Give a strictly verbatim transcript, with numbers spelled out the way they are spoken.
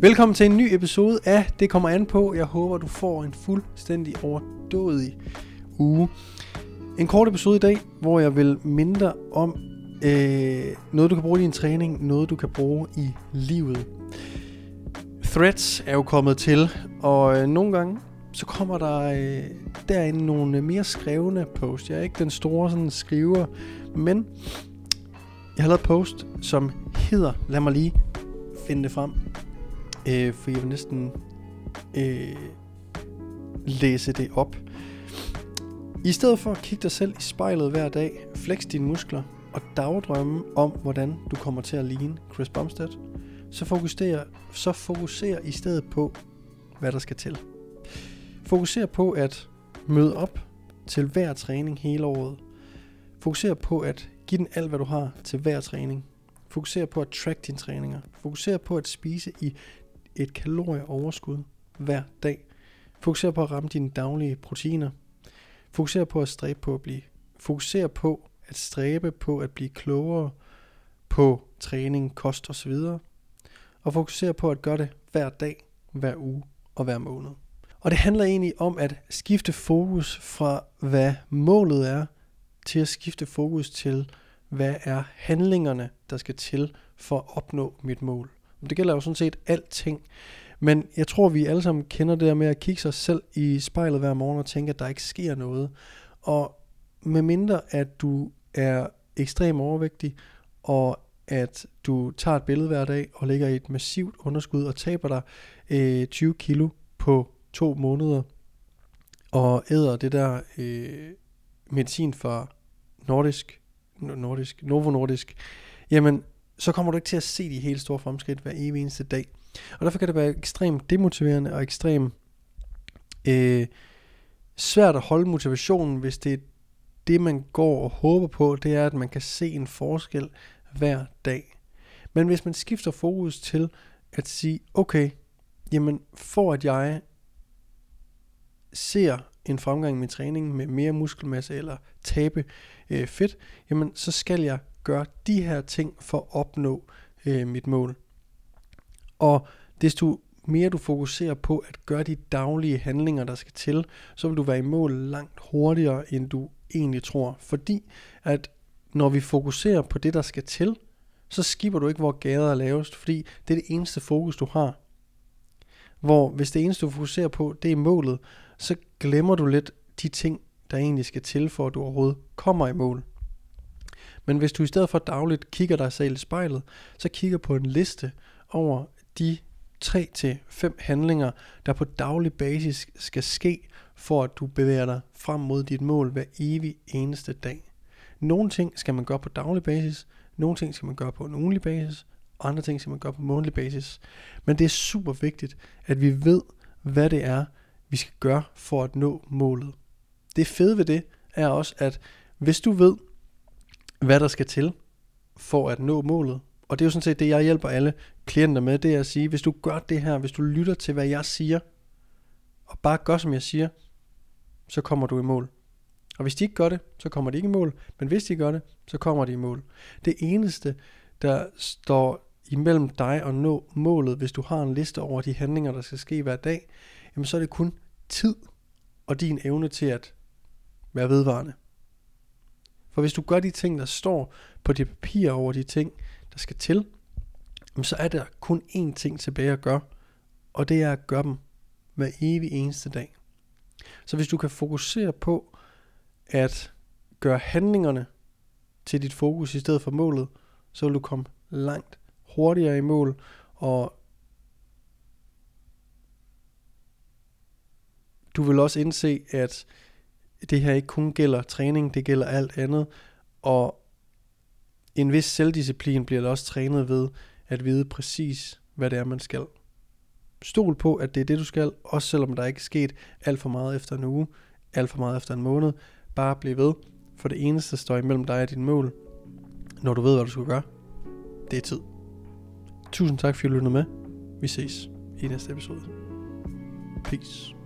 Velkommen til en ny episode af Det kommer an på. Jeg håber, du får en fuldstændig overdådig uge. En kort episode i dag, hvor jeg vil minde dig om øh, noget, du kan bruge i din træning, noget, du kan bruge i livet. Threads er jo kommet til, og øh, nogle gange, så kommer der øh, derinde nogle mere skrevne posts. Jeg er ikke den store sådan skriver, men jeg har lavet et post, som hedder, lad mig lige finde det frem, øh, for jeg vil næsten øh, læse det op. I stedet for at kigge dig selv i spejlet hver dag, flex dine muskler og dagdrømme om, hvordan du kommer til at ligne Chris Bumstead, så fokuser, så fokuser i stedet på, hvad der skal til. Fokuser på at møde op til hver træning hele året. Fokuser på at give den alt, hvad du har til hver træning. Fokuser på at track dine træninger. Fokuser på at spise i et kalorieoverskud hver dag. Fokuser på at ramme dine daglige proteiner. Fokuser på at stræbe på at blive. Fokuser på at stræbe på at blive klogere på træning, kost osv. Og fokuser på at gøre det hver dag, hver uge og hver måned. Og det handler egentlig om at skifte fokus fra hvad målet er, til at skifte fokus til hvad er handlingerne, der skal til for at opnå mit mål. Det gælder jo sådan set alting. Men jeg tror, vi alle sammen kender det der med at kigge sig selv i spejlet hver morgen og tænke, at der ikke sker noget. Og medmindre at du er ekstremt overvægtig, og at du tager et billede hver dag og ligger i et massivt underskud og taber dig øh, tyve kilo på to måneder, og æder det der øh, medicin fra Nordisk, Nordisk, Novo Nordisk, jamen så kommer du ikke til at se de helt store fremskridt hver evig eneste dag. Og derfor kan det være ekstremt demotiverende og ekstremt øh, svært at holde motivationen, hvis det er det, man går og håber på, det er, at man kan se en forskel hver dag. Men hvis man skifter fokus til at sige, okay, jamen for at jeg ser en fremgang i min træning med mere muskelmasse eller tabe øh, fedt, jamen så skal jeg gøre de her ting for at opnå øh, mit mål. Og desto mere du fokuserer på at gøre de daglige handlinger, der skal til, så vil du være i mål langt hurtigere, end du egentlig tror. Fordi at når vi fokuserer på det, der skal til, så skipper du ikke, hvor gader er lavest, fordi det er det eneste fokus, du har. Hvor hvis det eneste, du fokuserer på, det er målet, så glemmer du lidt de ting, der egentlig skal til, for at du overhovedet kommer i mål. Men hvis du i stedet for dagligt kigger dig selv i spejlet, så kigger på en liste over de tre til fem handlinger, der på daglig basis skal ske, for at du bevæger dig frem mod dit mål hver evig eneste dag. Nogle ting skal man gøre på daglig basis, nogle ting skal man gøre på en ugentlig basis, og andre ting skal man gøre på månedlig basis. Men det er super vigtigt, at vi ved, hvad det er, vi skal gøre for at nå målet. Det fede ved det er også, at hvis du ved, hvad der skal til for at nå målet, og det er jo sådan set det, jeg hjælper alle klienter med, det er at sige, hvis du gør det her, hvis du lytter til, hvad jeg siger, og bare gør, som jeg siger, så kommer du i mål. Og hvis de ikke gør det, så kommer de ikke i mål, men hvis de gør det, så kommer de i mål. Det eneste, der står imellem dig og nå målet, hvis du har en liste over de handlinger, der skal ske hver dag, jamen så er det kun tid og din evne til at være vedvarende. For hvis du gør de ting, der står på det papir over de ting, der skal til, så er der kun én ting tilbage at gøre, og det er at gøre dem hver evig eneste dag. Så hvis du kan fokusere på at gøre handlingerne til dit fokus i stedet for målet, så vil du komme langt hurtigere i mål, og du vil også indse, at det her ikke kun gælder træning, det gælder alt andet, og en vis selvdisciplin bliver også trænet ved at vide præcis, hvad det er, man skal. Stol på, at det er det, du skal, også selvom der ikke er sket alt for meget efter en uge, alt for meget efter en måned. Bare bliv ved, for det eneste, der står imellem dig og dit mål, når du ved, hvad du skal gøre, det er tid. Tusind tak, fordi du lyttede med. Vi ses i næste episode. Peace.